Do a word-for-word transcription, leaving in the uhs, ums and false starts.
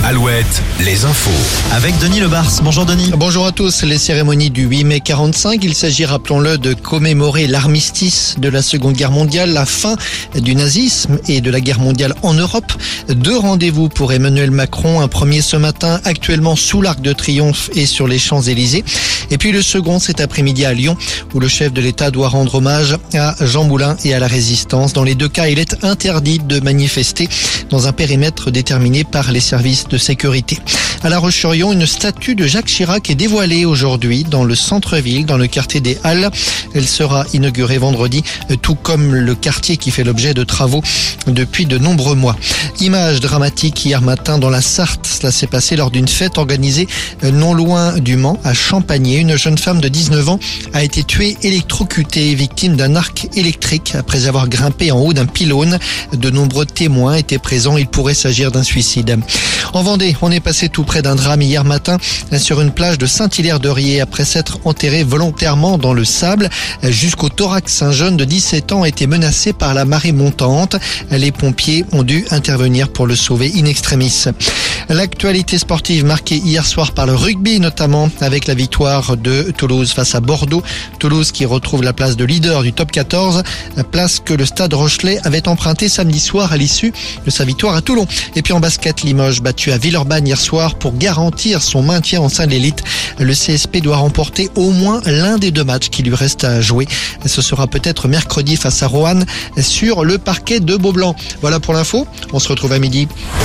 Alouette, les infos. Avec Denis Lebars. Bonjour Denis. Bonjour à tous. Les cérémonies du huit mai quarante-cinq, il s'agit, rappelons-le, de commémorer l'armistice de la Seconde Guerre mondiale, la fin du nazisme et de la guerre mondiale en Europe. Deux rendez-vous pour Emmanuel Macron. Un premier ce matin, actuellement sous l'Arc de Triomphe et sur les Champs-Élysées. Et puis le second cet après-midi à Lyon, où le chef de l'État doit rendre hommage à Jean Moulin et à la Résistance. Dans les deux cas, il est interdit de manifester dans un périmètre déterminé par les services de sécurité. À La Roche-sur-Yon, une statue de Jacques Chirac est dévoilée aujourd'hui dans le centre-ville, dans le quartier des Halles. Elle sera inaugurée vendredi, tout comme le quartier qui fait l'objet de travaux depuis de nombreux mois. Image dramatique hier matin dans la Sarthe. Cela s'est passé lors d'une fête organisée non loin du Mans, à Champagné. Une jeune femme de dix-neuf ans a été tuée électrocutée, victime d'un arc électrique après avoir grimpé en haut d'un pylône. De nombreux témoins étaient présents. Il pourrait s'agir d'un suicide. En Vendée, on est passé tout près d'un drame hier matin sur une plage de Saint-Hilaire-de-Riez après s'être enterré volontairement dans le sable jusqu'au thorax. Un jeune de dix-sept ans a été menacé par la marée montante. Les pompiers ont dû intervenir pour le sauver in extremis. L'actualité sportive marquée hier soir par le rugby, notamment avec la victoire de Toulouse face à Bordeaux. Toulouse qui retrouve la place de leader du top quatorze, place que le Stade Rochelais avait empruntée samedi soir à l'issue de sa victoire à Toulon. Et puis en basket, Limoges battu à Villeurbanne hier soir pour garantir son maintien en sein de l'élite. Le C S P doit remporter au moins l'un des deux matchs qui lui restent à jouer. Ce sera peut-être mercredi face à Roanne sur le parquet de Beaublanc. Voilà pour l'info. On se retrouve à midi.